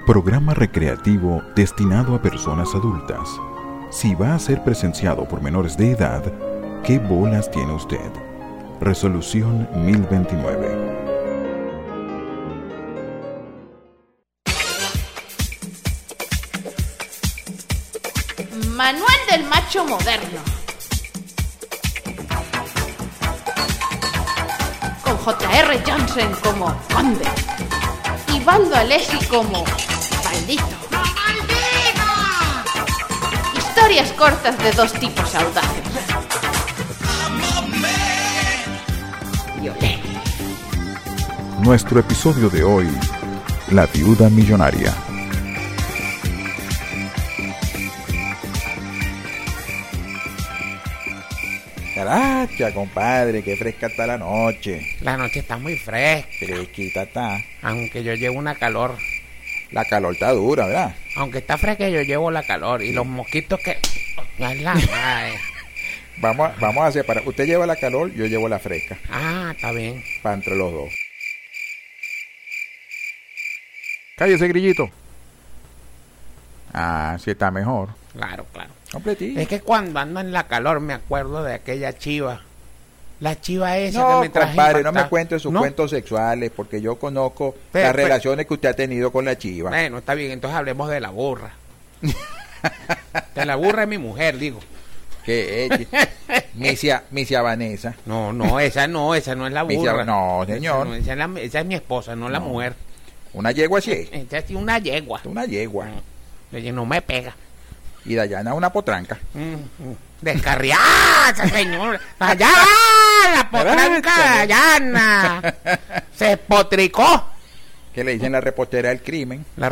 Programa recreativo destinado a personas adultas. Si va a ser presenciado por menores de edad, ¿qué bolas tiene usted? Resolución 1029. Manual del macho moderno. Con J.R. Johnson como Conde y Baldo Alessi como Baldito. Historias cortas de dos tipos audaces. Violeta. Nuestro episodio de hoy, La viuda millonaria. Caracha, compadre, qué fresca está la noche. La noche está muy fresca, Fresquita está. aunque yo llevo una calor. La calor está dura, ¿verdad? Aunque está fresca, yo llevo la calor. Y los mosquitos que... Ay, la madre. Vamos a separar. Usted lleva la calor, yo llevo la fresca. Ah, está bien. Para entre los dos. Cállese, grillito. Ah, sí está mejor. Claro, claro. Completito. Es que cuando ando en la calor me acuerdo de aquella chiva. La chiva esa No, que me traje compadre, no impactada. me cuente sus ¿No? cuentos sexuales, porque yo conozco Pero- las relaciones que usted ha tenido con la chiva. Bueno, está bien, entonces hablemos de la burra. De la burra es mi mujer, digo. Que Misia Vanessa. No, esa no es la burra. No, señor. Esa es mi esposa, no la No. mujer. Una yegua así. Esa es una yegua. Una yegua. Ella no me pega. Y Dayana una potranca. Descarriada, señor. Allá, la potranca de Dayana. Se potricó. Que le dicen la repostera del crimen. La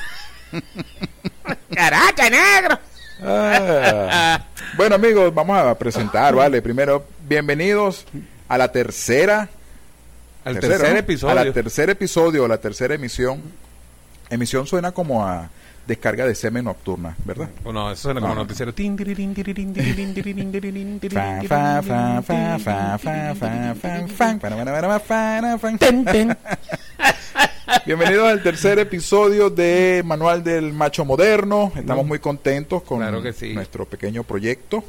Caracha, negro. Bueno, amigos, vamos a presentar, ¿vale? Primero, bienvenidos a la tercera... Al tercero, tercer ¿no? episodio. A la tercer episodio, la tercera emisión. Emisión suena como a descarga de semen nocturna, ¿verdad? Bueno, eso suena como No. noticiero. Fa, fa, fa, fa, fa, fa, fa, fan, fan, fan, fan. Ten, ten. Bienvenidos al tercer episodio de Manual del Macho Moderno. Estamos muy contentos con Claro que sí. nuestro pequeño proyecto.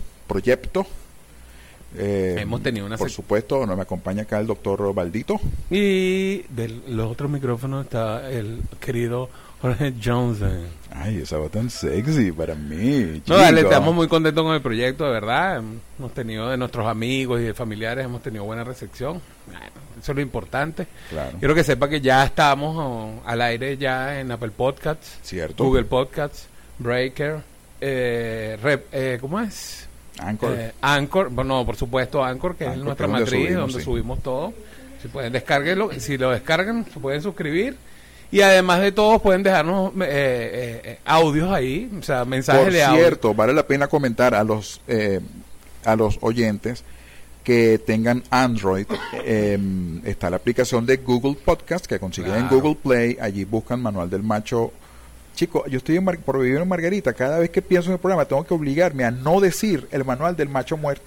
Hemos tenido una por supuesto, nos acompaña acá el doctor Baldito. Y de los otros micrófonos está el querido Jorge Johnson. Ay, esa voz tan sexy para mí. No, dale, chico. estamos muy contentos con el proyecto, de verdad. Hemos tenido de nuestros amigos y de familiares, hemos tenido buena recepción. Bueno, eso es lo importante. Claro. Quiero que sepa que ya estamos al aire ya en Apple Podcasts, Cierto. Google Podcasts, Breaker, ¿cómo es? Anchor. Anchor, bueno, por supuesto Anchor, que Anchor, es nuestra que es donde matriz, subimos, donde sí. subimos todo. Si pueden descarguenlo, si lo descargan, se pueden suscribir. Y además de todo, pueden dejarnos audios ahí, o sea, mensajes Por de audio. cierto, vale la pena comentar a los oyentes que tengan Android. Está la aplicación de Google Podcast que consiguen en Claro. Google Play. Allí buscan Manual del Macho. Chicos, yo estoy por vivir en Margarita. Cada vez que pienso en el programa tengo que obligarme a no decir el Manual del Macho Muerto.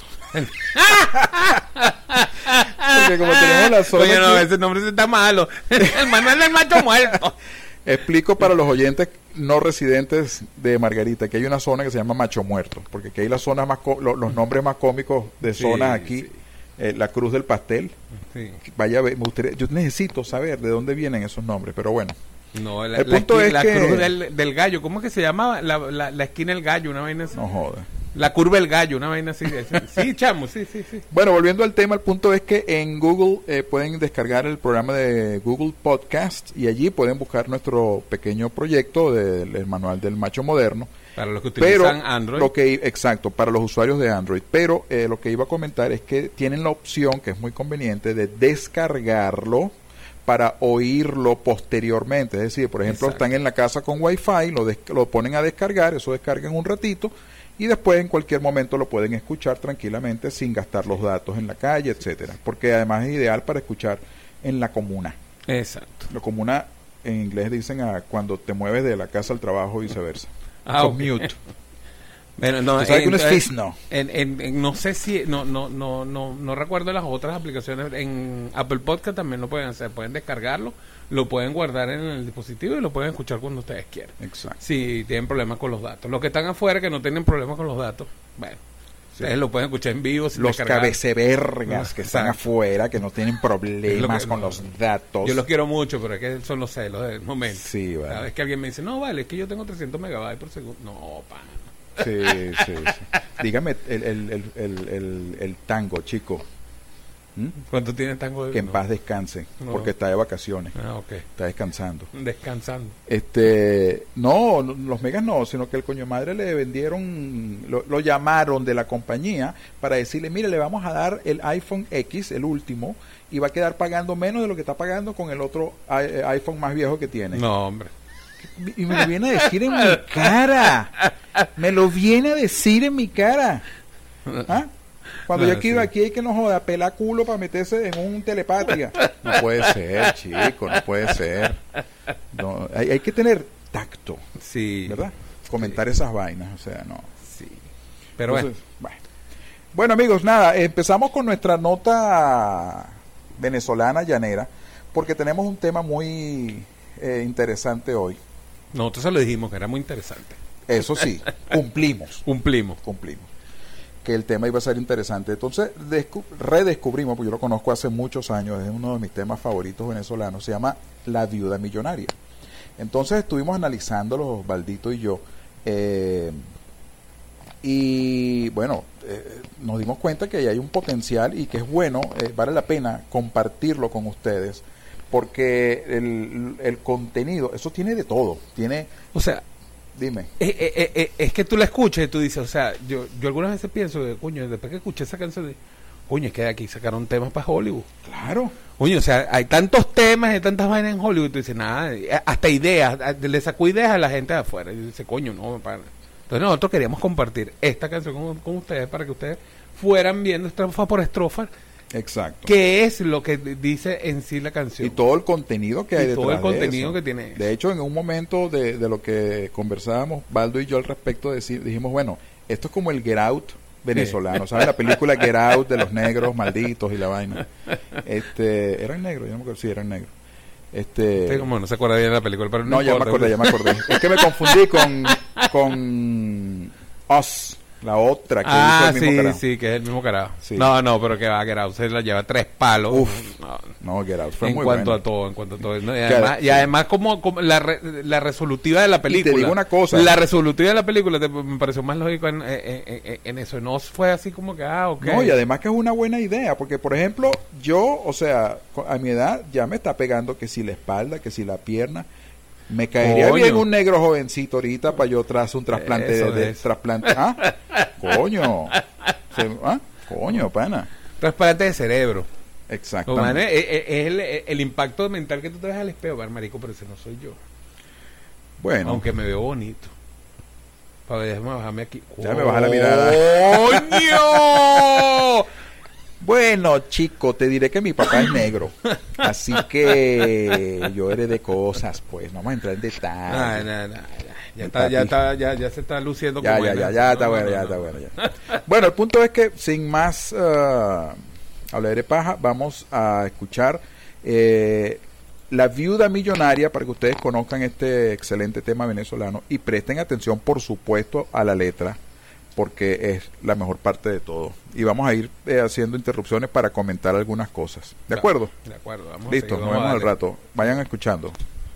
Porque como tenemos la zona Oye, no, aquí- ese nombre sí está malo. El Manual del Macho Muerto. Explico para los oyentes no residentes de Margarita que hay una zona que se llama Macho Muerto, porque aquí hay las zonas más los nombres más cómicos de Sí, zonas aquí. sí. La Cruz del Pastel. Sí. Vaya, yo necesito saber de dónde vienen esos nombres, pero bueno. No, El punto es la que- cruz del gallo, ¿cómo es que se llama? La esquina del gallo, una vaina así. No joda. La curva del gallo, una vaina así. Sí, chamo, sí. Bueno, volviendo al tema, el punto es que en Google pueden descargar el programa de Google Podcast y allí pueden buscar nuestro pequeño proyecto del Manual del Macho Moderno. Para los que Pero utilizan Android. exacto, para los usuarios de Android. Pero lo que iba a comentar es que tienen la opción, que es muy conveniente, de descargarlo para oírlo posteriormente. Es decir, por ejemplo, Exacto. están en la casa con Wi-Fi, lo ponen a descargar, eso descarga en un ratito y después en cualquier momento lo pueden escuchar tranquilamente sin gastar los datos en la calle, etcétera. Porque además es ideal para escuchar en la comuna. Exacto. La comuna en inglés dicen a cuando te mueves de la casa al trabajo y viceversa. Ah, ok. Commute. Bueno, no, ¿Tú sabes que uno es Fizno? no sé si no recuerdo las otras aplicaciones. En Apple Podcast también lo pueden hacer, pueden descargarlo, lo pueden guardar en el dispositivo y lo pueden escuchar cuando ustedes quieran. Exacto. Si tienen problemas con los datos. Los que están afuera que no tienen problemas con los datos, bueno, ustedes lo pueden escuchar en vivo. Sin Los descargar. cabecevergas que están Exacto. afuera, que no tienen problemas con los datos. Yo los quiero mucho, pero es que son los celos del momento. Sí, vale. Cada vez que alguien me dice, no, vale, es que yo tengo 300 megabytes por segundo. No, pana. Sí. Dígame el tango, chico. ¿Mm? ¿Cuánto tiene Tango? Que en paz descanse, No. porque está de vacaciones. Ah, ok. Está descansando. Descansando. No, los megas no, sino que el coño madre le vendieron, lo llamaron de la compañía para decirle, mire, le vamos a dar el iPhone X, el último, y va a quedar pagando menos de lo que está pagando con el otro iPhone más viejo que tiene. No, hombre. Y me lo viene a decir en mi cara. Me lo viene a decir en mi cara. ¿Ah? Cuando No, yo aquí iba aquí hay que no joda, pela culo para meterse en un telepatía. No puede ser, chico, no puede ser. No, hay que tener tacto, Sí. ¿verdad? Comentar esas vainas, o sea, no. Sí. Pero Entonces, bueno, amigos, nada, empezamos con nuestra nota venezolana llanera, porque tenemos un tema muy interesante hoy. nosotros se lo dijimos que era muy interesante. Eso sí, cumplimos. Cumplimos. Que el tema iba a ser interesante. Entonces redescubrimos, porque yo lo conozco hace muchos años, es uno de mis temas favoritos venezolanos, se llama La Viuda Millonaria. Entonces estuvimos analizándolo, Baldito y yo, y bueno, nos dimos cuenta que hay un potencial y que es bueno, vale la pena compartirlo con ustedes, porque el contenido, eso tiene de todo, tiene, O sea, dime. es que tú la escuchas y tú dices, o sea, yo algunas veces pienso que, coño, después que escuché esa canción, coño, es que de aquí sacaron temas para Hollywood. Claro. Coño, o sea, hay tantos temas, hay tantas vainas en Hollywood, y tú dices, nada, hasta ideas, le sacó ideas a la gente de afuera. Y dice, coño, no, para. Entonces nosotros queríamos compartir esta canción con ustedes para que ustedes fueran viendo estrofa por estrofa Exacto. qué es lo que dice en sí la canción. Y todo el contenido que hay Y detrás todo el de contenido eso. que tiene eso. De hecho, en un momento de lo que conversábamos, Baldo y yo al respecto, dijimos, bueno, esto es como el Get Out venezolano, ¿sabes? La película Get Out de los negros malditos y la vaina. ¿Eran negros? Yo no me acuerdo. Sí, eran negros. Usted como no se acuerda bien de la película, pero No, ya me acordé. Es que me confundí con Us, la otra que hizo el mismo carajo. sí, que es el mismo carajo. Sí. No, pero que va, Get Out, se la lleva 3 palos. Uf. No. No, Get Out fue En muy cuanto bueno. a todo, en cuanto a todo. ¿no? Claro, Y además como la resolutiva de la película. te digo una cosa. La resolutiva de la película me pareció más lógico en eso. No fue así como que, ok. No, y además que es una buena idea, porque por ejemplo, yo, o sea, a mi edad ya me está pegando que si la espalda, que si la pierna. Me caería Coño. bien un negro jovencito ahorita para yo tras un trasplante Eso de es. trasplante. ¿Ah? Coño. Coño, pana. Trasplante de cerebro. No, Exactamente. man, es el impacto mental que tú te ves al espejo, marico, pero ese no soy yo. Bueno, Aunque me veo bonito. Para déjame bajarme aquí. Ya me baja la mirada. ¡Coño! bueno, chico, te diré que mi papá es negro. Así que yo heredé cosas, pues. No vamos a entrar en detalle. No. El Ya se está luciendo Ya, como ya, buena. ya, está No, bueno, no, ya no. está bueno. Ya. Bueno, el punto es que sin más hablar de paja, vamos a escuchar La Viuda Millonaria para que ustedes conozcan este excelente tema venezolano y presten atención, por supuesto, a la letra, porque es la mejor parte de todo. Y vamos a ir haciendo interrupciones para comentar algunas cosas. ¿De acuerdo? De acuerdo, vamos a Listo, seguir, nos vamos a vemos al darle. rato. Vayan escuchando.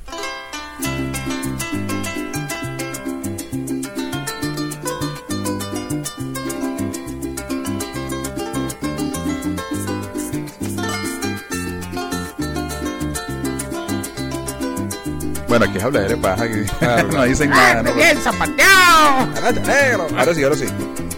Bueno, aquí es hablar de paja, aquí no dicen nada. ¿no? ¡Bien zapateado! Ahora sí, ahora sí.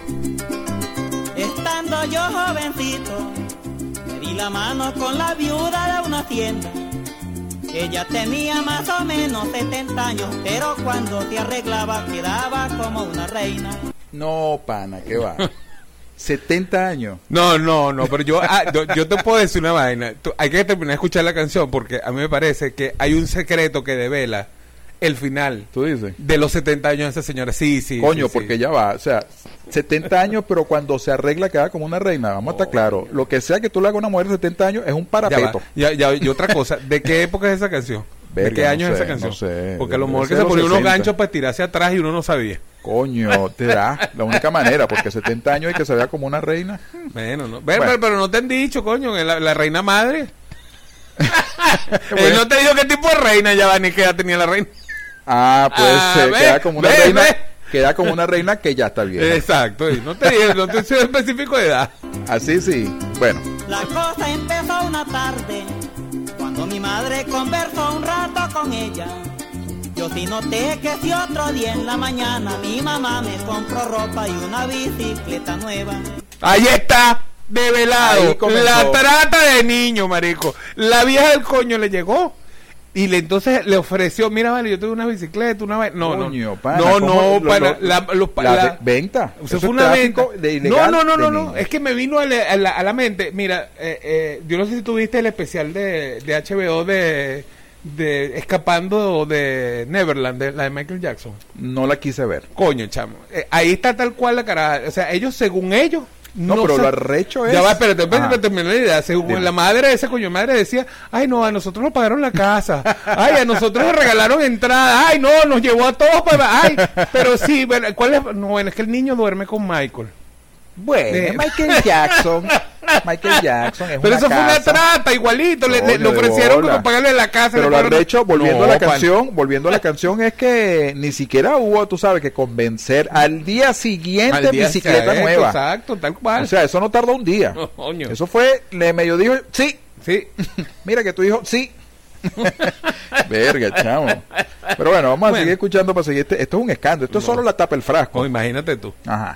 Estando yo jovencito, me di la mano con la viuda de una hacienda. Ella tenía más o menos 70 años, pero cuando se arreglaba quedaba como una reina. No, pana, ¿qué va? 70 años. No, pero yo te puedo decir una vaina. Hay que terminar de escuchar la canción porque a mí me parece que hay un secreto que devela el final ¿Tú dices? de los 70 años de esa señora. Sí. Coño, sí. porque ya va, o sea, 70 años, pero cuando se arregla queda como una reina, vamos a estar claros. Lo que sea que tú le hagas a una mujer de 70 años es un parapeto. Y otra cosa, ¿de qué época es esa canción? ¿De Verga, qué año no es esa sé, canción? no sé. Porque a lo Debe mejor que ser se los ponía unos 60. ganchos para tirarse atrás y uno no sabía. Coño, te da la única manera, porque 70 años y que se vea como una reina. Bueno, no. Bueno. Pero no te han dicho, coño, que la reina madre. Él no te dijo qué tipo de reina ya va, ni qué edad tenía la reina. Ah, puede ser, ve, queda como una ve, reina, ve. queda como una reina que ya está vieja. Exacto, y no te soy específico de edad. Así sí. Bueno, La cosa empezó una tarde, cuando mi madre conversó un rato con ella. Yo sí noté que si otro día en la mañana mi mamá me compró ropa y una bicicleta nueva. Ahí está, develado. Ahí comenzó. La trata de niño, marico. La vieja del coño le llegó. Y entonces le ofreció, mira, vale, yo tengo una bicicleta, una... No, coño, pana, no, ¿cómo pana, venta. O sea, Eso fue es una tráfico venta. de ilegal No, de niños. es que me vino a la mente, mira, yo no sé si tuviste el especial de HBO de Escapando de Neverland, la de Michael Jackson. No la quise ver. Coño, chamo. Ahí está tal cual la cara. O sea, ellos, según ellos... No, pero lo arrecho es... Ya va, espérate, Ajá. terminé la idea. Según Dime. la madre de ese coño madre decía, ay no, a nosotros nos pagaron la casa, ay, a nosotros nos regalaron entrada, ay no, nos llevó a todos para, ay, pero sí, bueno, ¿cuál es? No, bueno, es que el niño duerme con Michael. Bueno, Michael Jackson es Pero una eso fue una casa. trata, igualito, le Coño, de ofrecieron bola. como pagarle la casa. Pero le lo pagaron- arrecho, volviendo No, a la pana. canción, es que ni siquiera hubo, tú sabes, que convencer al día siguiente Al día bicicleta exacto, nueva. Exacto, tal cual. O sea, eso no tardó un día. No, coño. Eso fue, le medio dijo, sí, Sí. mira que tu hijo, sí. Verga, chamo. Pero bueno, vamos a Bueno. seguir escuchando para seguir. Esto es un escándalo. Esto es solo la tapa del frasco. Oh, imagínate tú. Ajá.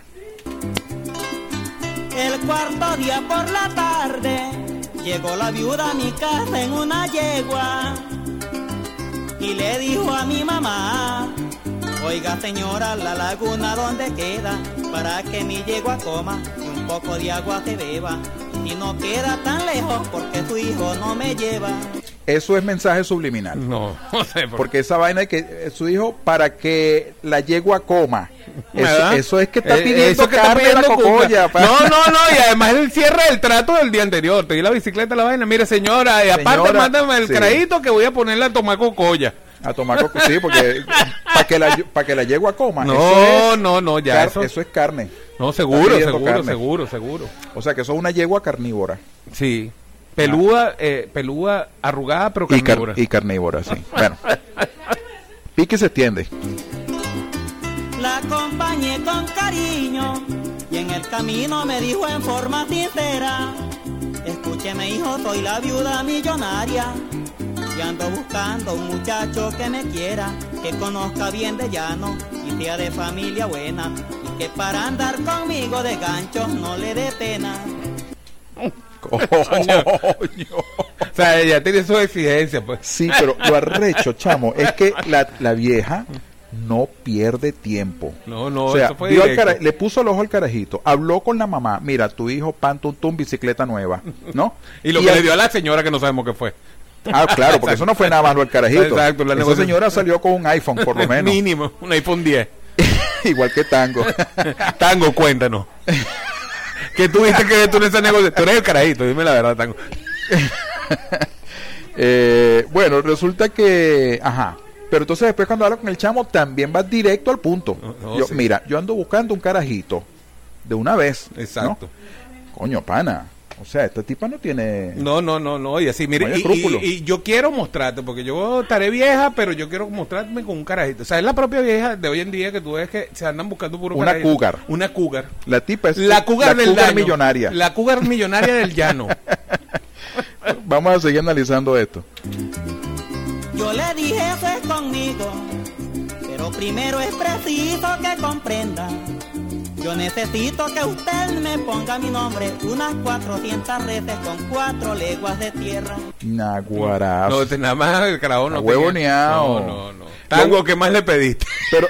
El cuarto día por la tarde llegó la viuda a mi casa en una yegua y le dijo a mi mamá: oiga señora, la laguna donde queda, para que mi yegua coma y un poco de agua se beba, y no queda tan lejos porque su hijo no me lleva. Eso es mensaje subliminal. No, no sé. Porque esa vaina de que su hijo, para que la yegua coma. ¿Verdad? Eso es que está Eso pidiendo que está carne de la pidiendo cocoya. cuca. No, y además el cierre del trato del día anterior. Te di la bicicleta, la vaina. Mire, señora, y aparte Señora, mándame el sí. crédito que voy a ponerle a tomar cocoya. A tomar coco, sí, porque para que la yegua coma. No, ya eso. Eso es carne. No, Está seguro. pidiendo carne. O sea que eso es una yegua carnívora. Sí. Pelúa, arrugada, pero carnívora. Y carnívora, sí. Bueno. Pique se extiende. La acompañé con cariño y en el camino me dijo en forma sincera: escúcheme hijo, soy la viuda millonaria y ando buscando un muchacho que me quiera, que conozca bien de llano y sea de familia buena, y que para andar conmigo de ganchos no le dé pena. Coño. O sea, ella tiene sus exigencias, pues. Sí, pero lo arrecho, chamo, es que la vieja no pierde tiempo. No, O sea, eso fue vio al directo. le puso el ojo al carajito, habló con la mamá, mira, tu hijo pan tum tum, bicicleta nueva, ¿no? Y lo que le dio a la señora que no sabemos qué fue. Ah, claro, porque eso no fue nada más lo del carajito. Exacto, la Esa negocia- señora salió con un iPhone, por lo menos. Mínimo, un iPhone 10. Igual que Tango. Tango, cuéntanos. ¿Qué tuviste que ver tú en ese negocio? Tú eres el carajito, dime la verdad, Tango. Bueno, resulta que... Ajá. Pero entonces después cuando habla con el chamo también va directo al punto. No, Yo, sí. Mira, yo ando buscando un carajito de una vez. ¿no? Exacto. Coño, pana. O sea, esta tipa no tiene... No, y así, mire, No hay escrúpulos. y yo quiero mostrarte, porque yo estaré vieja, pero yo quiero mostrarme con un carajito. O sea, es la propia vieja de hoy en día que tú ves que se andan buscando puro Una carajito. cougar. Una cougar. La tipa es La cougar del cougar daño. millonaria. La cougar millonaria del llano. Vamos a seguir analizando esto. Yo le dije eso es conmigo, pero primero es preciso que comprenda. Yo necesito que usted me ponga mi nombre unas 400 veces con 4 leguas de tierra. Naguarazo. No, nada más el carajo no A tenía- huevoneado. No. Tango, ¿qué más le pediste? Pero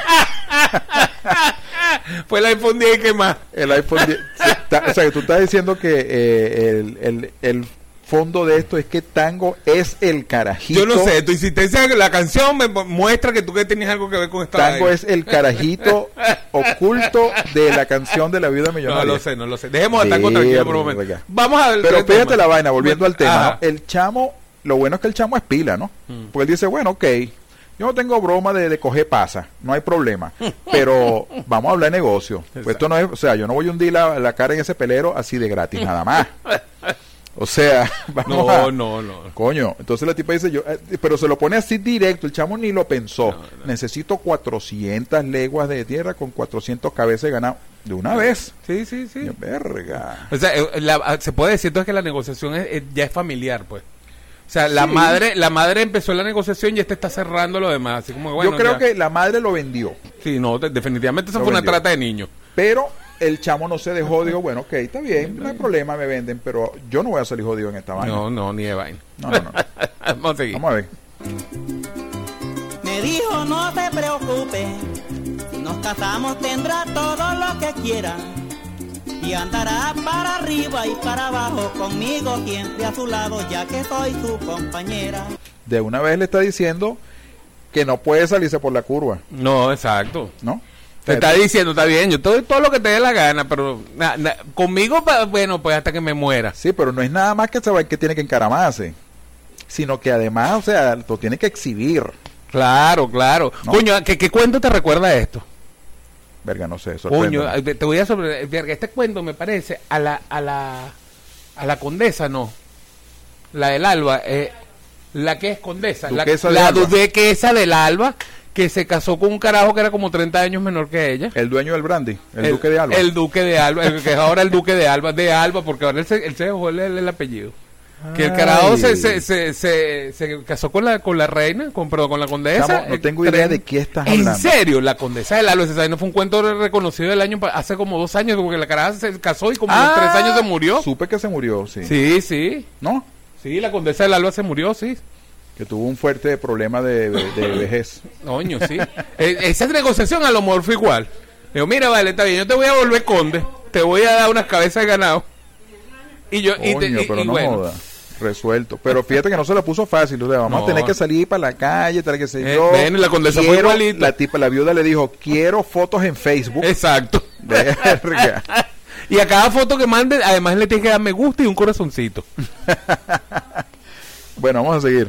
Fue el iPhone 10 y qué más. el iPhone 10... o sea, que tú estás diciendo que el fondo de esto es que Tango es el carajito. Yo no sé, tu insistencia en la canción me muestra que tú que tenías algo que ver con esta Tango vaina. es el carajito oculto de la canción de la viuda millonaria. No lo sé. Dejemos a Tango tranquilo por un momento. Verga. Vamos a ver. Pero fíjate la vaina, volviendo al tema, Ajá. ¿no? El chamo, lo bueno es que el chamo es pila, ¿no? Porque él dice, bueno, ok, yo no tengo broma de coger pasa, no hay problema, pero vamos a hablar de negocio. Pues esto no es, o sea, yo no voy a hundir la cara en ese pelero así de gratis, nada más. O sea, vamos a... No. Coño, entonces la tipa dice, pero se lo pone así directo, el chamo ni lo pensó. Necesito 400 leguas de tierra con 400 cabezas de ganado. De una vez. Sí. Y, verga. O sea, se puede decir entonces que la negociación ya es familiar, pues. O sea, la madre empezó la negociación y está cerrando lo demás. Así como, bueno, yo creo ya. que la madre lo vendió, Sí, no, definitivamente eso Lo fue una vendió. trata de niños. pero el chamo no se dejó, dijo, bueno, ok, está bien, no hay problema, me venden, pero yo no voy a salir jodido en esta vaina. No, ni de vaina. No. Vamos a seguir. Vamos a ver. Me dijo no te preocupes, si nos casamos tendrá todo lo que quiera y andará para arriba y para abajo conmigo siempre a su lado ya que soy su compañera. De una vez le está diciendo que no puede salirse por la curva, No, exacto. ¿no? Te está diciendo, está bien, yo te doy todo lo que te dé la gana, pero conmigo, bueno, pues hasta que me muera. Sí, pero no es nada más que tiene que encaramarse, sino que además, o sea, lo tiene que exhibir. Claro. No. Coño, ¿qué cuento te recuerda esto? Verga, no sé, Coño, sorprende. te voy a verga, este cuento me parece a la condesa, no. La del Alba, la que es condesa, Duquesa de la Alba. duquesa del Alba, que se casó con un carajo que era como 30 años menor que ella. El dueño del brandy, el duque de Alba. El duque de Alba, el que es ahora el duque de Alba, porque ahora él se dejó el apellido. Que el carajo Ay. se casó con la reina, con la condesa. Chamo, no tengo idea de qué estás ¿En hablando. serio? La condesa del Alba, esa no fue un cuento reconocido del año, hace como 2 años, porque la caraja se casó y como a los 3 años se murió. Supe que se murió, sí. Sí. ¿No? Sí, la condesa del Alba se murió, sí. Que tuvo un fuerte problema de vejez. Coño, sí. Esa negociación a lo mejor fue igual. Digo, mira, vale, está bien, yo te voy a volver conde, te voy a dar unas cabezas de ganado. Y yo, Coño, pero no bueno. joda. Resuelto. Pero fíjate que no se la puso fácil. O sea, vamos No. a tener que salir para la calle, tal que sé yo. Ven, la condesa fue igualita. La viuda le dijo, quiero fotos en Facebook. Exacto. Verga. Y a cada foto que mande, además le tienes que dar me gusta y un corazoncito. Bueno, vamos a seguir.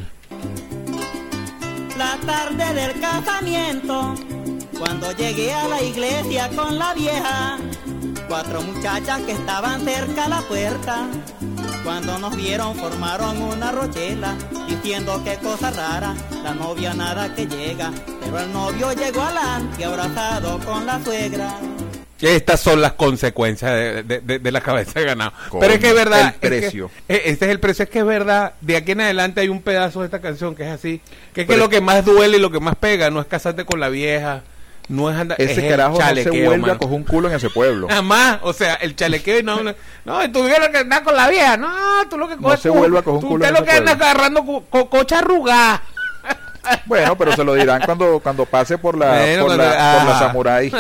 La tarde del casamiento, cuando llegué a la iglesia con la vieja, 4 muchachas que estaban cerca a la puerta, cuando nos vieron formaron una rochela, diciendo qué cosa rara, la novia nada que llega, pero el novio llegó adelante abrazado con la suegra. Estas son las consecuencias de la cabeza de ganado. Con Pero es que es verdad. el precio. Este es el precio. Es que es verdad. De aquí en adelante hay un pedazo de esta canción que es así. Que es que Pero lo que más duele y lo que más pega no es casarte con la vieja. No es andar. Ese es carajo el no se chalequeo, vuelve mano. a coger un culo en ese pueblo. Jamás. O sea, el chalequeo y no, tú vienes que andas con la vieja. No, tú lo que No coges. se vuelve a coger un culo Tú en lo ese que andas pueblo. agarrando cocha arrugada. Bueno, pero se lo dirán cuando pase por la, Bueno, por cuando- la samurái.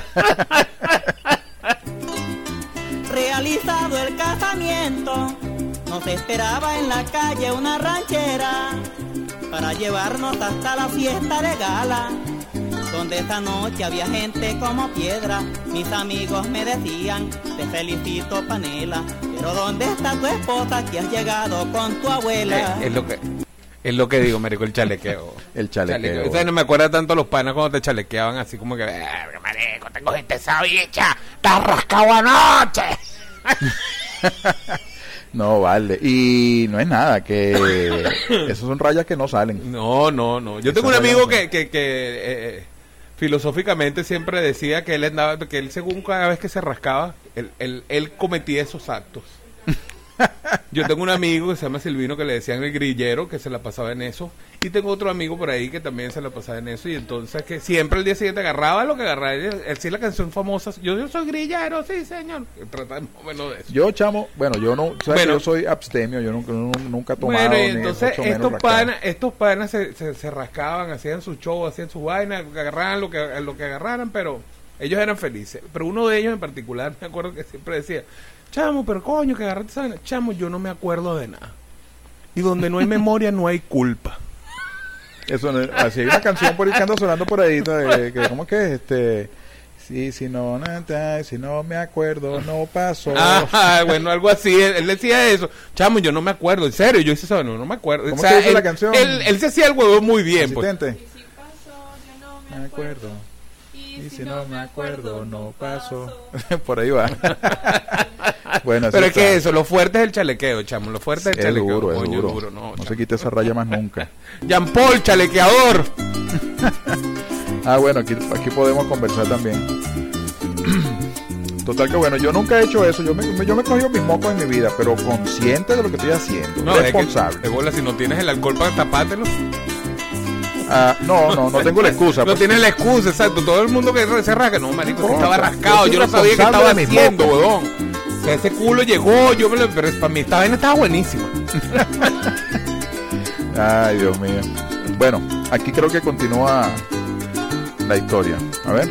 Realizado el casamiento, nos esperaba en la calle una ranchera para llevarnos hasta la fiesta de gala, donde esa noche había gente como piedra. Mis amigos me decían, te felicito Panela, pero ¿dónde está tu esposa que has llegado con tu abuela? Es lo que digo, marico, el chalequeo. El chalequeo. O sea, no me acuerdo tanto los panas cuando te chalequeaban así como que, marico, tengo gente esa bicha, está rascado anoche. No, vale. Y no es nada, que esos son rayas que no salen. No. Yo tengo un Esa amigo raya que filosóficamente siempre decía que él según cada vez que se rascaba, él cometía esos actos. Yo tengo un amigo que se llama Silvino, que le decían el grillero, que se la pasaba en eso, y tengo otro amigo por ahí que también se la pasaba en eso, y entonces que siempre el día siguiente agarraba lo que agarraba. Él sí, la canción famosa, yo soy grillero, sí señor, trata más o menos de eso. Yo, chamo, bueno, yo no, sabes Bueno. que yo soy abstemio, yo nunca he tomado. Bueno, y ni entonces mucho menos rascar. estos panas se rascaban, hacían su show, hacían su vaina, agarraban lo que agarraran, pero ellos eran felices. Pero uno de ellos en particular, me acuerdo que siempre decía, chamo, pero coño, que agarraste esa vaina. Chamo, yo no me acuerdo de nada. Y donde no hay memoria, no hay culpa. Eso no, así hay una canción por ahí que anda sonando por ahí, ¿cómo que es? Sí, si no me acuerdo, no pasó. Bueno, algo así. Él decía eso. Chamo, yo no me acuerdo. En serio, yo hice eso, no me acuerdo. ¿Cómo que dice la canción? Él se hacía el huevo muy bien. Asistente. Y si pasó, yo no Me acuerdo. Y si no me acuerdo, no pasó. Por ahí va. Bueno, Pero así es que está. eso, lo fuerte es el chalequeo, chamo. Lo fuerte es el Es chalequeo. duro, es Coño, duro. no, No chamo. se quite esa raya más nunca. Jean Paul, chalequeador. Bueno, aquí podemos conversar también. Total que bueno, yo nunca he hecho eso. Yo me he cogido mis mocos en mi vida, pero consciente de lo que estoy haciendo. No, responsable. es que, de bola, si no tienes el alcohol para tapártelo. No tengo la excusa. No pues. tienes la excusa, exacto. Todo el mundo que se rasca. No, marico, si No, estaba yo rascado. soy Yo no sabía qué responsable estaba de mis haciendo, mocos. huevón. O sea, ese culo llegó, pero para mí esta vaina estaba buenísima. Ay, Dios mío. Bueno, aquí creo que continúa la historia. A ver.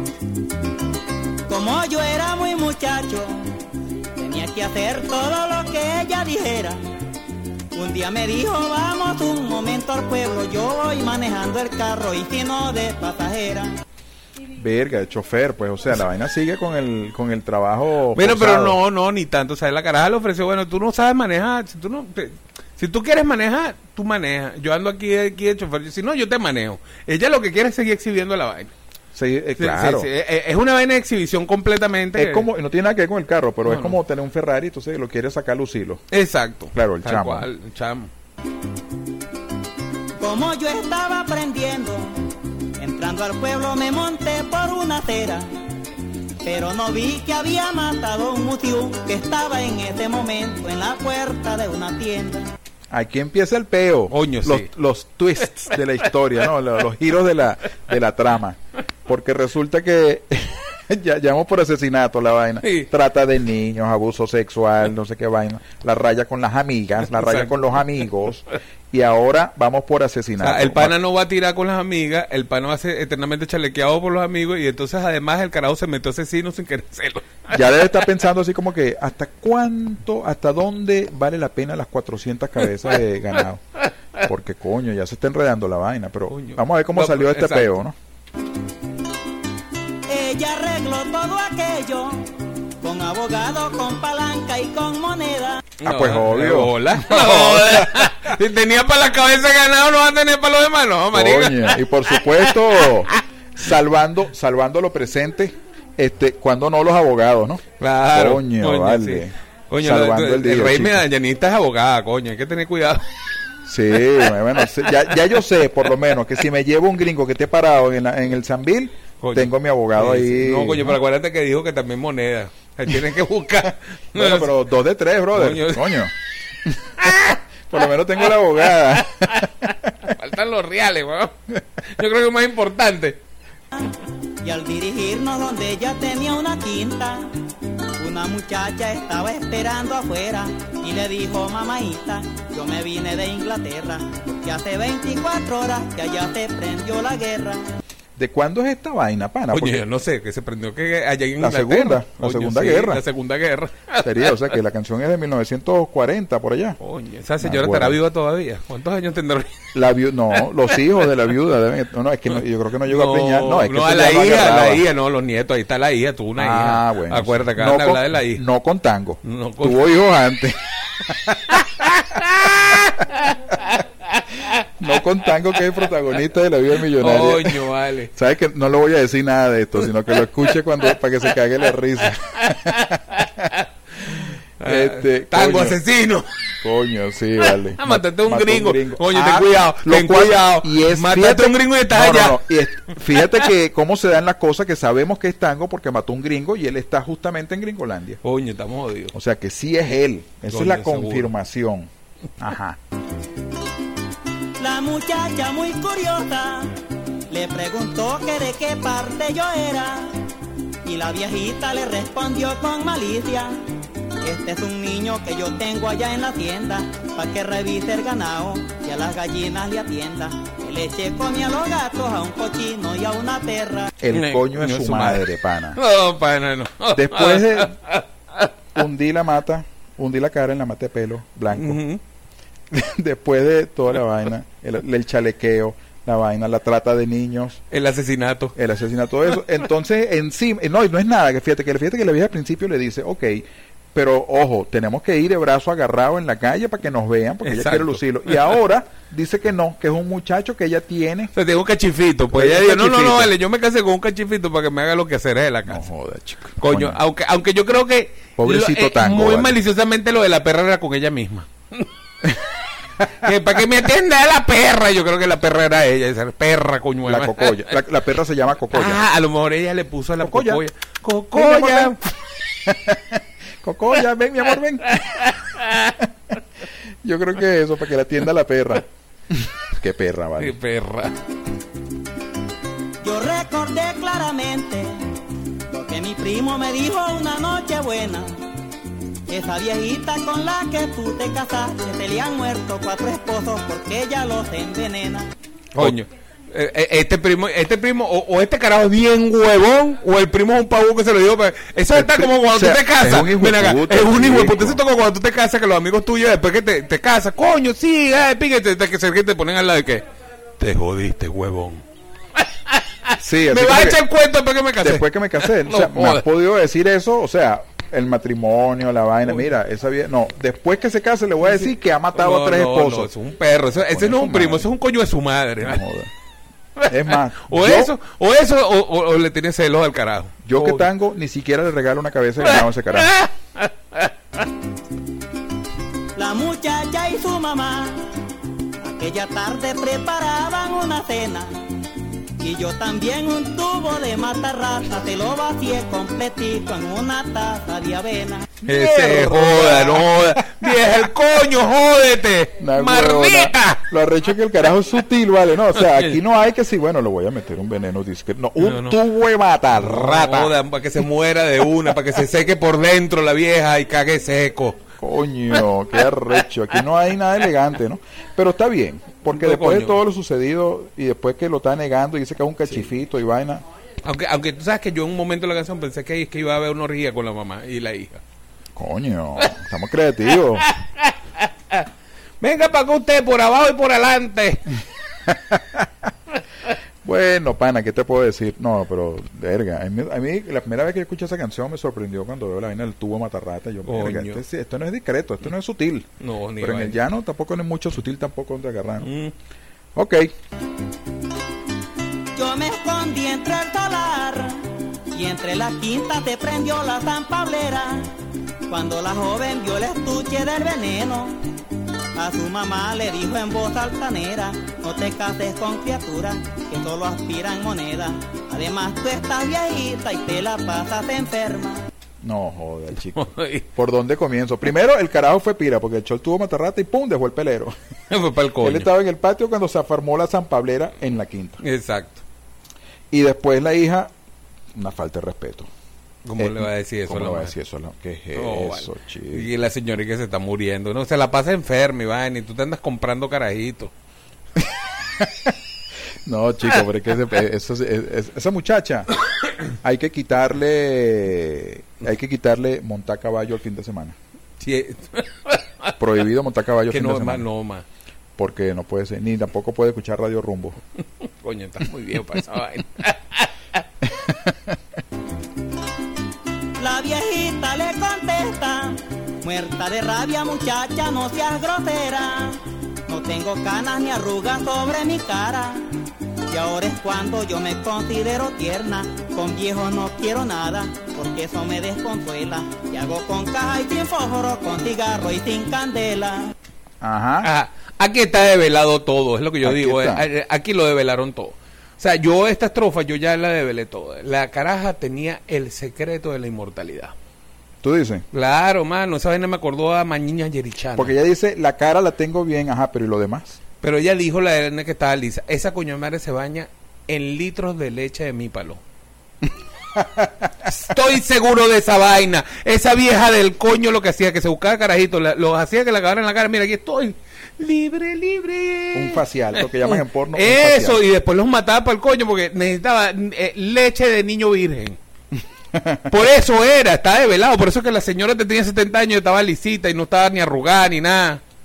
Como yo era muy muchacho, tenía que hacer todo lo que ella dijera. Un día me dijo, vamos un momento al pueblo, yo voy manejando el carro y si no de pasajera. Verga, de chofer, pues, o sea, la vaina sigue con el trabajo. Bueno, pero forzado. no, ni tanto. O sea, la caraja le ofreció, bueno, tú no sabes manejar. Si tú quieres manejar, tú manejas. Yo ando aquí de chofer. Si no, yo te manejo. Ella lo que quiere es seguir exhibiendo la vaina. Sí, Sí, claro. sí, es una vaina de exhibición completamente. Es como, no tiene nada que ver con el carro, pero No, es como tener un Ferrari, entonces lo quiere sacar lucilo. Exacto. Claro, el Tal chamo. cual, el chamo. Como yo estaba aprendiendo, entrando al pueblo me monté por una acera. Pero no vi que había matado un mutiú que estaba en ese momento en la puerta de una tienda. Aquí empieza el peo. Coño, los, sí. los twists de la historia, ¿no? Los giros de la trama. Porque resulta que ya vamos por asesinato la vaina. Sí. Trata de niños, abuso sexual, no sé qué vaina. La raya con las amigas, la raya Exacto. con los amigos. Y ahora vamos por O asesinato. sea, el pana no va a tirar con las amigas, el pana va a ser eternamente chalequeado por los amigos y entonces además el carajo se metió asesino sin querer hacerlo. Ya debe estar pensando así como que hasta dónde vale la pena las 400 cabezas de ganado. Porque coño, ya se está enredando la vaina, pero Coño. vamos a ver cómo No, salió este exacto. peo, ¿no? Ella arregló todo aquello con abogado, con palanca y con moneda. Pues obvio. Hola. Si tenía para la cabeza ganado, no va a tener para los demás, no, marica. Coño, y por supuesto, salvando lo presente, cuando no los abogados, ¿no? Claro. Coño, vale. Sí. Coño, Salvando el el día, rey chico. medallanista es abogada, coño, hay que tener cuidado. Sí, bueno, ya yo sé, por lo menos, que si me llevo un gringo que esté parado en el Sambil, Coño. tengo a mi abogado Sí, ahí. sí. No, coño, pero acuérdate que dijo que también moneda. Ahí tienen que buscar. Bueno, pero 2 de 3, brother. Coño. Coño. Por lo menos tengo la abogada. Faltan los reales, weón. Yo creo que es más importante. Y al dirigirnos donde ella tenía una quinta, una muchacha estaba esperando afuera y le dijo, mamaita, yo me vine de Inglaterra, que hace 24 horas que allá se prendió la guerra. ¿De cuándo es esta vaina, pana? Coño, Porque yo no sé, que se prendió que allá en La Inglaterra. Segunda Guerra. La Segunda Guerra. sería, o sea, que la canción es de 1940, por allá. Coño, esa señora bueno. estará viva todavía. ¿Cuántos años tendrá? No, los hijos de la viuda deben... No, es que yo creo que no llegó a preñar. No, es que no, eso a la ya no hija, agarraba. no, los nietos, ahí está la hija, tuvo una hija. Bueno. Acuérdate que no van a con, hablar de la hija. No con tango. No con- Tuvo hijos antes. No con tango, que es el protagonista de La Vida Millonaria. Coño, vale. Sabes que no le voy a decir nada de esto, sino que lo escuche para que se cague la risa. Tango coño. asesino. Coño, sí, vale. Mataste a un Mató gringo. Coño, ten cuidado, lo ten cual- cuidado. Y es, Mataste a un gringo y estás allá. Fíjate que cómo se dan las cosas, que sabemos que es tango porque mató a un gringo y él está justamente en Gringolandia. Coño, estamos jodidos. O sea que sí es él. Esa Coño, es la seguro. confirmación. Ajá. La muchacha muy curiosa le preguntó que de qué parte yo era y la viejita le respondió con malicia, este es un niño que yo tengo allá en la tienda para que revise el ganado y a las gallinas le atienda, que le eche come a los gatos, a un cochino y a una perra. El coño es su madre, pana. No, pana, no. Después de hundí la cara en la mata de pelo blanco. Ujú. después de toda la vaina, el chalequeo, la vaina, la trata de niños, El asesinato. el asesinato, todo eso, entonces encima, no es nada, que fíjate que la vieja al principio le dice, ok, pero ojo, tenemos que ir de brazo agarrado en la calle para que nos vean, porque ella Exacto. quiere lucirlo, y ahora dice que no, que es un muchacho que ella tiene. O sea, tengo un cachifito. Pues Tengo ella un dijo, no, cachifito. vale, yo me casé con un cachifito para que me haga lo que hacer de la No casa. joda, chico. Coño, aunque yo creo que Pobrecito Tango, muy vale. maliciosamente lo de la perra era con ella misma. Que para que me atienda a la perra, yo creo que la perra era ella, esa perra, coño. La cocoya, la perra se llama cocoya. Ah, a lo mejor ella le puso a la Cocoya. cocoya. Ven, mi amor, Cocoya, ven, mi amor, ven. Yo creo que eso, para que la atienda la perra. Qué perra, Qué vale. perra. Yo recordé claramente lo que mi primo me dijo una noche buena. Esa viejita con la que tú te casaste, se le han muerto 4 esposos porque ella los envenena. Coño. Este primo o este carajo es bien huevón o el primo es un pavo que se lo dio eso está como cuando o sea, tú te casas. es un hijo de Ven acá, puta, es un hijo de puta. chico. Eso toca cuando tú te casas, que los amigos tuyos después que te casas, coño, sí, píquete, que te ponen al lado de que te jodiste, huevón. Sí, así Me va a como que echar el cuento después que me casé. después que me casé, No o sea, me jodas. has podido decir eso, o sea, el matrimonio, la vaina, mira, esa vieja, no, después que se case le voy a decir que ha matado a 3 No, esposos. es un perro, ese Coño, no es su un primo, madre. eso es un coño de su madre. No joda. Es más, O eso le tiene celos al carajo. yo que Coño. Tango ni siquiera le regalo una cabeza de ganado a ese carajo. La muchacha y su mamá aquella tarde preparaban una cena. Y yo también un tubo de matarrata se lo vacié completito en una taza de avena. Ese joda, no joda. Vieja el coño, jódete. Una Mardita. huevona. Lo arrecho que el carajo es sutil, vale, no, o sea, aquí no hay que si, bueno, le voy a meter un veneno discreto, no, un No, no. tubo de matarrata. Joda, para que se muera de una, para que se seque por dentro la vieja y cague seco. Coño, qué arrecho. Aquí no hay nada elegante, ¿no? Pero está bien, porque No, después de coño. todo lo sucedido y después que lo está negando y dice que es un cachifito y vaina. Aunque tú sabes que yo en un momento de la canción pensé que iba a haber una orgía con la mamá y la hija. Coño, estamos creativos. Venga para acá usted, por abajo y por adelante. Bueno, pana, ¿qué te puedo decir? No, pero, verga, a mí la primera vez que escuché esa canción me sorprendió cuando veo la vaina del tubo de matarrata. Yo, verga, Coño. esto no es discreto, esto no es sutil. No, ni Pero en el vaina. llano tampoco no es mucho sutil, tampoco donde agarrar. Ok, Yo me escondí entre el solar y entre la quinta se prendió la zampablera. Cuando la joven vio el estuche del veneno, a su mamá le dijo en voz altanera: no te cases con criaturas que solo aspiran moneda. Además tú estás viejita y te la pasas enferma. no joder, chico. ¿Por dónde comienzo? Primero, el carajo fue pira, porque echó el tubo de matarrata y pum, dejó el pelero. Fue para el coño. Él estaba en el patio cuando se afarmó la zampablera en la quinta. Exacto. Y después la hija, una falta de respeto. ¿Cómo le va a decir eso? ¿Cómo a la le va a madre? decir eso? ¿Qué es No, eso, vale. chico? Y la señora que se está muriendo, no, se la pasa enferma, Iván, y tú te andas comprando carajitos. No, chico, pero es que esa muchacha hay que quitarle montar caballo el fin de semana. Sí, Prohibido montar caballo el que fin no de es más, semana. no más. Porque no puede ser, ni tampoco puede escuchar Radio Rumbo. Coño, está muy viejo para esa vaina. La viejita le contesta: muerta de rabia, muchacha, no seas grosera. No tengo canas ni arrugas sobre mi cara. Y ahora es cuando yo me considero tierna. Con viejos no quiero nada, porque eso me desconsuela. Y hago con caja y sin fósforo, con cigarro y sin candela. Ajá. Ajá. Aquí está develado todo, es lo que yo Aquí digo. está. Aquí lo develaron todo. O sea, yo esta estrofa yo ya la develé toda. La caraja tenía el secreto de la inmortalidad. ¿Tú dices? Claro, mano, esa vaina me acordó a Mañiña Yerichana. Porque ella dice, la cara la tengo bien, ajá, pero ¿y lo demás? Pero ella dijo la de que estaba lisa. Esa coño de madre se baña en litros de leche de mípalo. Estoy seguro de esa vaina. Esa vieja del coño lo que hacía, que se buscaba carajito, lo hacía que la acabaran en la cara. Mira, aquí estoy. Libre, libre. Un facial, lo que llaman en porno. un Eso, facial. y después los mataba para el coño porque necesitaba leche de niño virgen. Por eso estaba develado. Por eso que la señora tenía 70 años y estaba lisita y no estaba ni arrugada ni nada.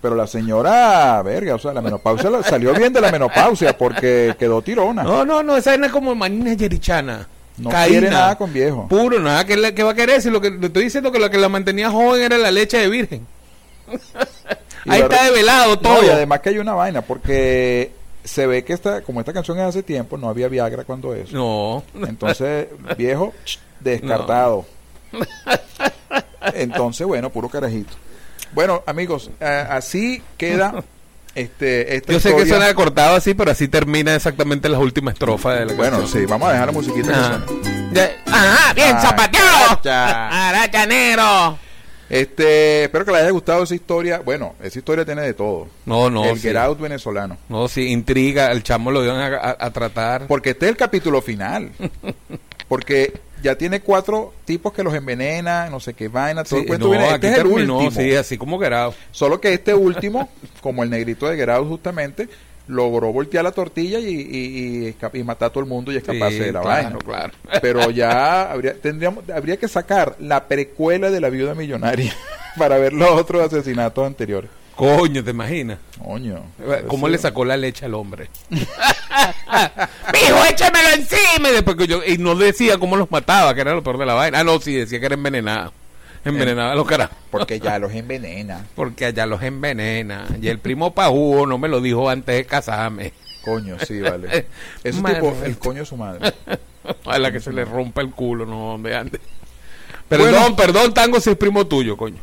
pero la señora, verga, o sea, la menopausia salió bien de la menopausia porque quedó tirona. No, esa es como manina yerichana. No Caína. quiere nada con viejo. Puro, nada, ¿qué va a querer? Si lo que te estoy diciendo que lo que la mantenía joven era la leche de virgen. Y Ahí está develado todo. No, y además que hay una vaina, porque se ve que como esta canción es hace tiempo, no había Viagra cuando eso. No. Entonces, viejo, descartado. Entonces, bueno, puro carajito. Bueno, amigos, así queda esta Yo sé historia. que suena cortado así, pero así termina exactamente las últimas estrofas de la Bueno, canción. sí, vamos a dejar la musiquita. que suene. Ajá, bien Ah, zapateado. cacha. Aracanero. Espero que les haya gustado esa historia. Bueno, esa historia tiene de todo. No, El sí. Get Out venezolano. No, sí, intriga. El chamo lo iban a tratar. Porque este es el capítulo final. Porque ya tiene 4 tipos que los envenenan, no sé qué vaina, todo el Sí, cuento no, viene. aquí Este es el terminó, último. sí, así como Gerao. Solo que este último, como el negrito de Get Out justamente, logró voltear la tortilla y matar a todo el mundo y escaparse de la vaina. Claro. Pero ya habría que sacar la precuela de La Viuda Millonaria para ver los otros asesinatos anteriores. Coño, ¿te imaginas? Coño. ¿Cómo le sacó la leche al hombre? ¡Mijo, échamelo encima! Y después y no decía cómo los mataba, que era lo peor de la vaina. Ah, no, sí, decía que era envenenado. Envenenaba a los carajos. Porque ya los envenena. Porque allá los envenena. Y el primo Pajú no me lo dijo antes de casarme. Coño, sí, vale. Ese Madre tipo, mía. el coño de su madre. A la que se le rompa el culo, no, hombre, antes. Bueno. Perdón, Tango, si es primo tuyo, coño.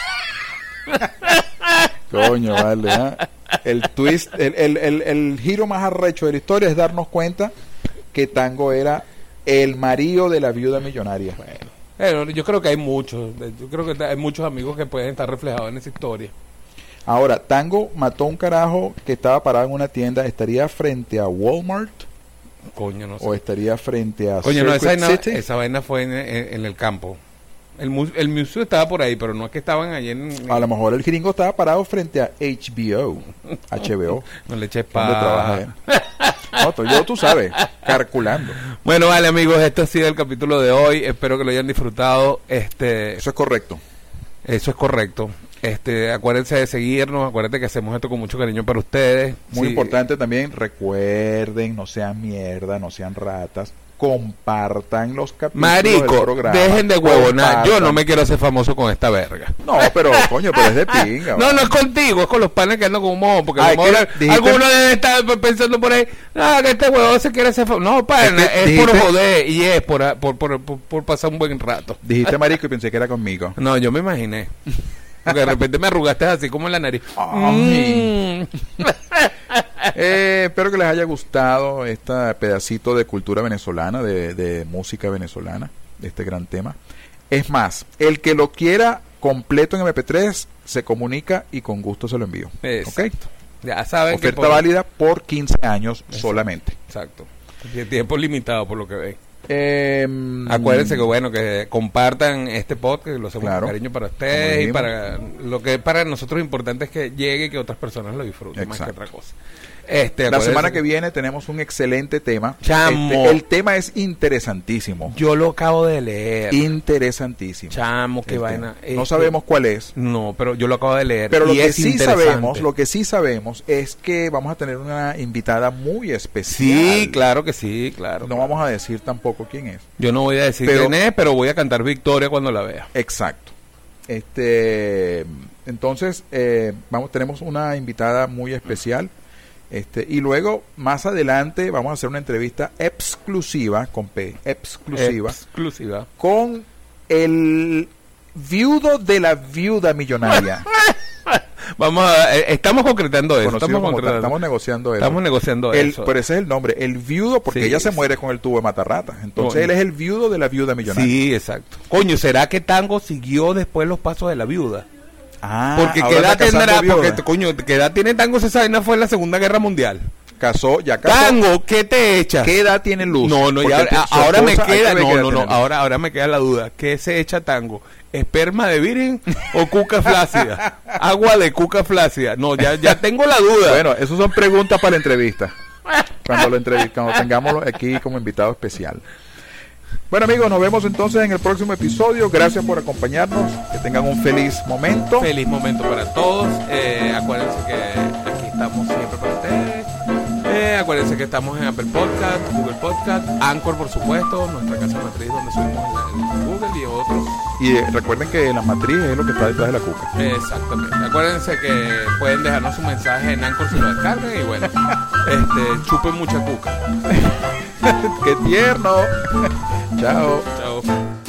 Coño, vale. El twist, el giro más arrecho de la historia es darnos cuenta que Tango era el marido de la viuda millonaria. Yo creo que hay muchos. Yo creo que hay muchos amigos que pueden estar reflejados en esa historia. Ahora, Tango mató a un carajo que estaba parado en una tienda. ¿Estaría frente a Walmart Coño, no sé. o estaría frente a Coño, no, Circuit City? esa vaina fue en el campo. El museo estaba por ahí, pero no es que estaban allí en... A lo mejor el gringo estaba parado frente a HBO. No le eches ¿Dónde trabaja pa... él? No, tú sabes, calculando. Bueno, vale, amigos, este ha sido el capítulo de hoy. Espero que lo hayan disfrutado. Eso es correcto. Eso es correcto. Acuérdense de seguirnos, acuérdense que hacemos esto con mucho cariño para ustedes. Muy Sí, importante también, recuerden, no sean mierda, no sean ratas, compartan los capítulos del Marico, programa. dejen de huevonar. Yo no Compartan. me quiero hacer famoso con esta verga. No, pero coño, pero es de pinga. No, no es contigo, es con los panes que andan con un mojo. Porque Ay, a lo mejor ¿qué dijiste? algunos deben estar pensando por ahí, que este huevón se quiere hacer famoso. No, pana, Es que es por dijiste- joder y es por pasar un buen rato. Dijiste marico y pensé que era conmigo. No, yo me imaginé. Porque de repente me arrugaste así como en la nariz. Ay. Espero que les haya gustado este pedacito de cultura venezolana, de música venezolana, de este gran tema. Es más, el que lo quiera completo en MP3 se comunica y con gusto se lo envío. ¿Ok? Exacto. Ya saben que Oferta válida por 15 años solamente. Exacto. Y tiempo limitado por lo que ven. Acuérdense que bueno, que compartan este podcast, lo hacemos Claro. con cariño para Como ustedes y dijimos. para lo que para nosotros es importante es que llegue y que otras personas lo disfruten más que Exacto. otra cosa. La Acuérdense semana que viene tenemos un excelente tema. Chamo. El tema es interesantísimo. yo lo acabo de leer. Interesantísimo. Chamo, qué El vaina. tema. No sabemos cuál es. No, pero yo lo acabo de leer. Pero lo y que es sí interesante. sabemos, es que vamos a tener una invitada muy especial. Sí, claro que sí, claro. No vamos a decir tampoco quién es. Yo no voy a decir Pero- quién es, pero voy a cantar Victoria cuando la vea. Exacto. Entonces, tenemos una invitada muy especial. Y luego, más adelante, vamos a hacer una entrevista exclusiva, con P, Exclusiva. con el viudo de la viuda millonaria. Estamos concretando eso. Conocido como tal. Estamos negociando eso. Estamos negociando eso. Pero ese es el nombre, el viudo, porque Sí, ella se sí. muere con el tubo de matarratas. Entonces Coño. él es el viudo de la viuda millonaria. Sí, exacto. Coño, ¿será que Tango siguió después los pasos de la viuda? Ah, Porque ahora qué edad está casando tendrá, viuda. porque coño, qué edad tiene Tango si esa vaina fue en la Segunda Guerra Mundial. Ya casó. Tango, ¿qué te echas? ¿Qué edad tiene Luz? No, Porque ya, su ahora me esposa, hay queda, que ver qué edad no, tiene Luz. ahora me queda la duda. ¿Qué se echa Tango? ¿Esperma de virgen o cuca flácida? Agua de cuca flácida. No, ya tengo la duda. Bueno, esas son preguntas para la entrevista. Cuando tengamos aquí como invitado especial. Bueno, amigos, nos vemos entonces en el próximo episodio. Gracias por acompañarnos. Que tengan un feliz momento. Feliz momento para todos. Acuérdense que aquí estamos siempre para ustedes. Acuérdense que estamos en Apple Podcast, Google Podcast, Anchor, por supuesto, nuestra casa matriz donde subimos en Google y otros. Y recuerden que la matriz es lo que está detrás de la cuca. Exactamente. Acuérdense que pueden dejarnos un mensaje en Anchor si lo descargan y bueno, chupen mucha cuca. ¡Qué tierno! Chao. Chao.